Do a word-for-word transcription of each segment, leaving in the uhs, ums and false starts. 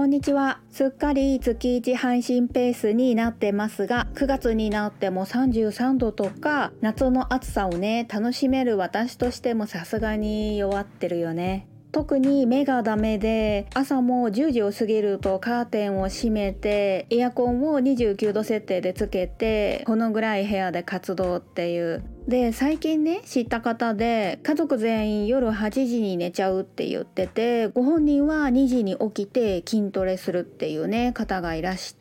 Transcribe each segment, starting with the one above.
こんにちは。すっかり月いち配信ペースになってますが、くがつになってもさんじゅうさんどとか夏の暑さをね楽しめる私としてもさすがに弱ってるよね。特に目がダメで、朝もじゅうじを過ぎるとカーテンを閉めてエアコンをにじゅうきゅうど設定でつけて、このぐらい部屋で活動っていう。で最近ね知った方で、家族全員夜はちじに寝ちゃうって言ってて、ご本人はにじに起きて筋トレするっていうね方がいらして、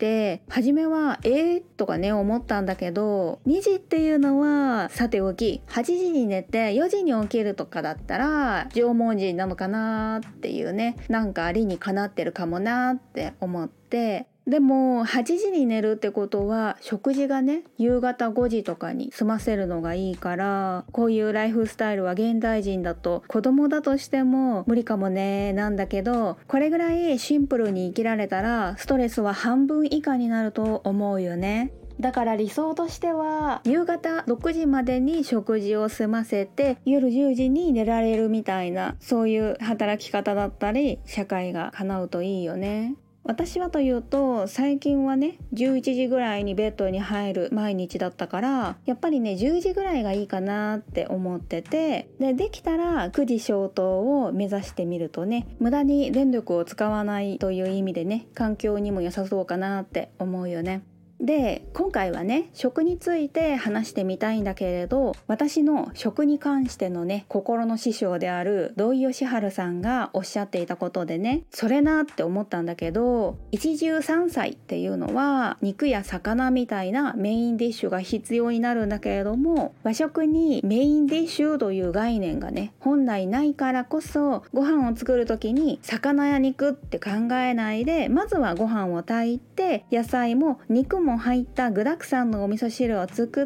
初めはえーとかね思ったんだけど、にじっていうのはさておき、はちじに寝てよじに起きるとかだったら縄文人なのかなっていうね、なんか理にかなってるかもなって思って、でもはちじに寝るってことは食事がね夕方ごじとかに済ませるのがいいから、こういうライフスタイルは現代人だと子供だとしても無理かもねなんだけど、これぐらいシンプルに生きられたらストレスは半分以下になると思うよね。だから理想としては夕方ろくじまでに食事を済ませて夜じゅうじに寝られるみたいな、そういう働き方だったり社会が叶うといいよね。私はというと最近はねじゅういちじぐらいにベッドに入る毎日だったから、やっぱりねじゅうじぐらいがいいかなって思ってて、でできたらくじ消灯を目指してみるとね、無駄に電力を使わないという意味でね環境にも良さそうかなって思うよね。で今回はね食について話してみたいんだけれど、私の食に関してのね心の師匠である土井善晴さんがおっしゃっていたことでね、それなって思ったんだけど、一汁三菜っていうのは肉や魚みたいなメインディッシュが必要になるんだけれども、和食にメインディッシュという概念がね本来ないからこそ、ご飯を作る時に魚や肉って考えないで、まずはご飯を炊いて野菜も肉も入った具沢山のお味噌汁を作って、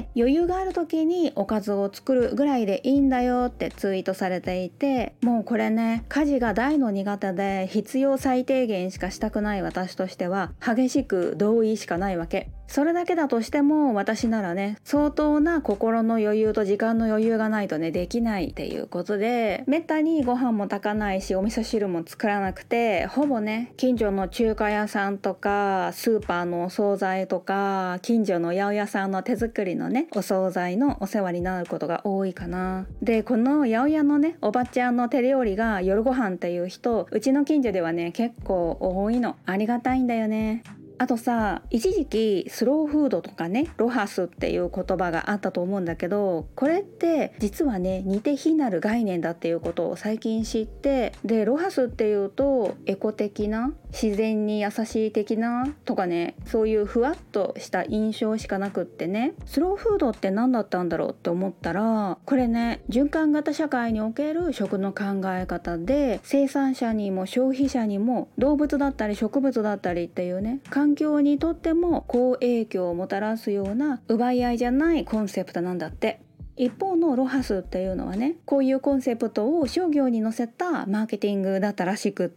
余裕がある時におかずを作るぐらいでいいんだよってツイートされていて、もうこれね家事が大の苦手で必要最低限しかしたくない私としては激しく同意しかないわけ。それだけだとしても私ならね相当な心の余裕と時間の余裕がないとねできないっていうことで、めったにご飯も炊かないしお味噌汁も作らなくて、ほぼね近所の中華屋さんとかスーパーのお惣菜とか近所の八百屋さんの手作りのねお惣菜のお世話になることが多いかな。でこの八百屋のねおばちゃんの手料理が夜ご飯っていう人、うちの近所ではね結構多いの。ありがたいんだよね。あとさ、一時期スローフードとかねロハスっていう言葉があったと思うんだけど、これって実はね似て非なる概念だっていうことを最近知って、でロハスっていうとエコ的な自然に優しい的なとかね、そういうふわっとした印象しかなくってね、スローフードって何だったんだろうって思ったら、これね循環型社会における食の考え方で、生産者にも消費者にも動物だったり植物だったりっていうね環境にとっても好影響をもたらすような奪い合いじゃないコンセプトなんだって。一方のロハスっていうのはね、こういうコンセプトを商業に乗せたマーケティングだったらしくって、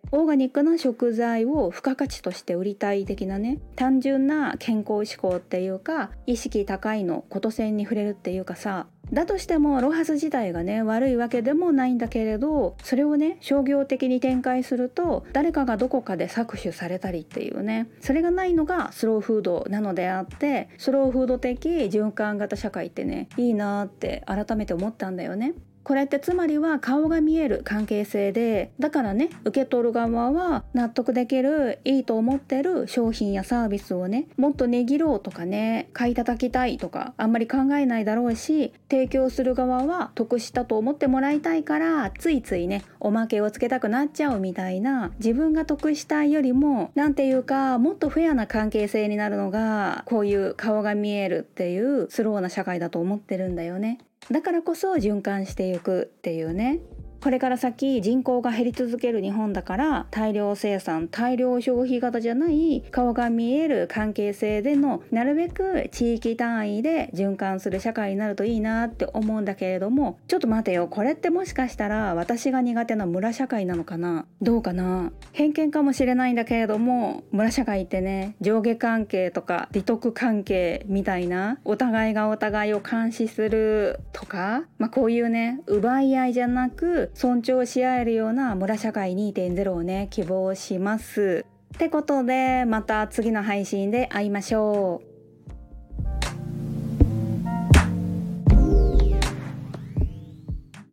オーガニックな食材を付加価値として売りたい的なね、単純な健康志向っていうか意識高いのこと線に触れるっていうかさ、だとしてもロハス自体がね悪いわけでもないんだけれど、それをね商業的に展開すると誰かがどこかで搾取されたりっていうね、それがないのがスローフードなのであって、スローフード的循環型社会ってねいいなって改めて思ったんだよね。これってつまりは顔が見える関係性で、だからね受け取る側は納得できるいいと思ってる商品やサービスをねもっと値切ろうとかね買い叩きたいとかあんまり考えないだろうし、提供する側は得したと思ってもらいたいからついついねおまけをつけたくなっちゃうみたいな、自分が得したいよりもなんていうかもっとフェアな関係性になるのがこういう顔が見えるっていうスローな社会だと思ってるんだよね。だからこそ循環していくっていうね。これから先人口が減り続ける日本だから、大量生産大量消費型じゃない顔が見える関係性でのなるべく地域単位で循環する社会になるといいなって思うんだけれども、ちょっと待てよ、これってもしかしたら私が苦手な村社会なのかな、どうかな、偏見かもしれないんだけれども、村社会ってね上下関係とか利得関係みたいな、お互いがお互いを監視するとか、まあこういうね奪い合いじゃなくつ尊重し合えるような村社会 にてんゼロ をね希望します。ってことでまた次の配信で会いましょう。